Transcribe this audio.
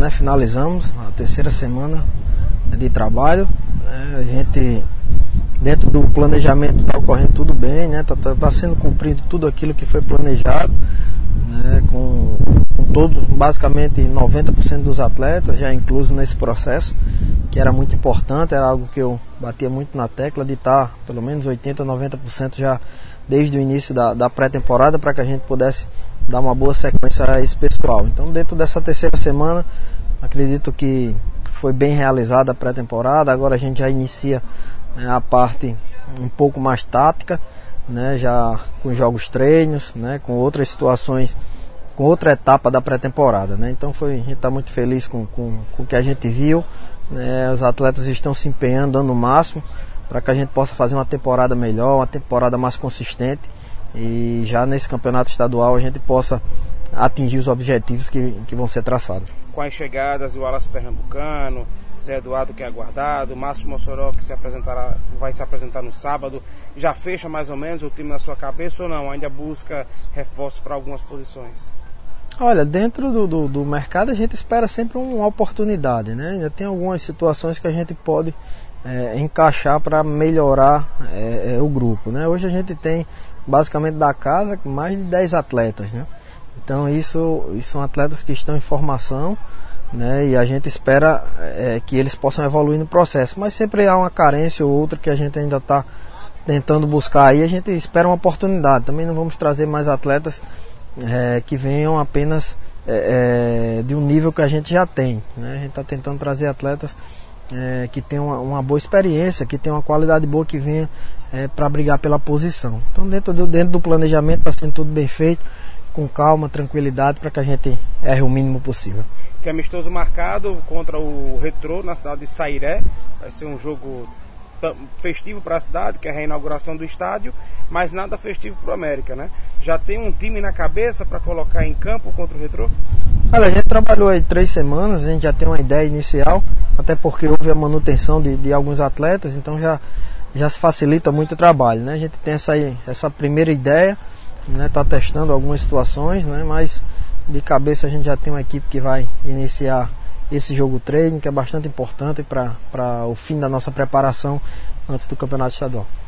né? Finalizamos a terceira semana de trabalho, né? A gente, dentro do planejamento, está ocorrendo tudo bem, né? Tá sendo cumprido tudo aquilo que foi planejado, né? Com todos, basicamente 90% dos atletas já inclusos nesse processo, que era muito importante, era algo que eu batia muito na tecla de estar pelo menos 80%, 90% já desde o início da pré-temporada, para que a gente pudesse dar uma boa sequência a esse pessoal. Então, dentro dessa terceira semana, acredito que foi bem realizada a pré-temporada. Agora a gente já inicia, né, a parte um pouco mais tática, né, já com jogos treinos, né, com outras situações, com outra etapa da pré-temporada, né. Então a gente está muito feliz com o que a gente viu, né. Os atletas estão se empenhando, dando o máximo para que a gente possa fazer uma temporada melhor, uma temporada mais consistente, e já nesse campeonato estadual a gente possa atingir os objetivos que vão ser traçados. Com as chegadas do Wallace Pernambucano, Zé Eduardo, que é aguardado, Márcio Mossoró, que vai se apresentar no sábado, já fecha mais ou menos o time na sua cabeça ou não? Ainda busca reforços para algumas posições? Olha, dentro do mercado a gente espera sempre uma oportunidade, né? Ainda tem algumas situações que a gente pode encaixar para melhorar o grupo, né? Hoje a gente tem, basicamente da casa, mais de 10 atletas, né? Então isso são atletas que estão em formação, né? E a gente espera que eles possam evoluir no processo, mas sempre há uma carência ou outra que a gente ainda está tentando buscar aí. A gente espera uma oportunidade. Também não vamos trazer mais atletas que venham apenas de um nível que a gente já tem, né? A gente está tentando trazer atletas que tenham uma boa experiência, que tenham uma qualidade boa, que venha para brigar pela posição. Então dentro do planejamento está sendo tudo bem feito, com calma, tranquilidade, para que a gente erre o mínimo possível. Que amistoso marcado contra o Retrô na cidade de Sairé. Vai ser um jogo festivo para a cidade, que é a reinauguração do estádio, mas nada festivo para o América, né? Já tem um time na cabeça para colocar em campo contra o Retrô? Olha, a gente trabalhou aí 3 semanas, a gente já tem uma ideia inicial, até porque houve a manutenção de alguns atletas, então já se facilita muito o trabalho, né? A gente tem essa primeira ideia, né? Tá testando algumas situações, né? Mas de cabeça a gente já tem uma equipe que vai iniciar esse jogo treino, que é bastante importante para o fim da nossa preparação antes do campeonato estadual.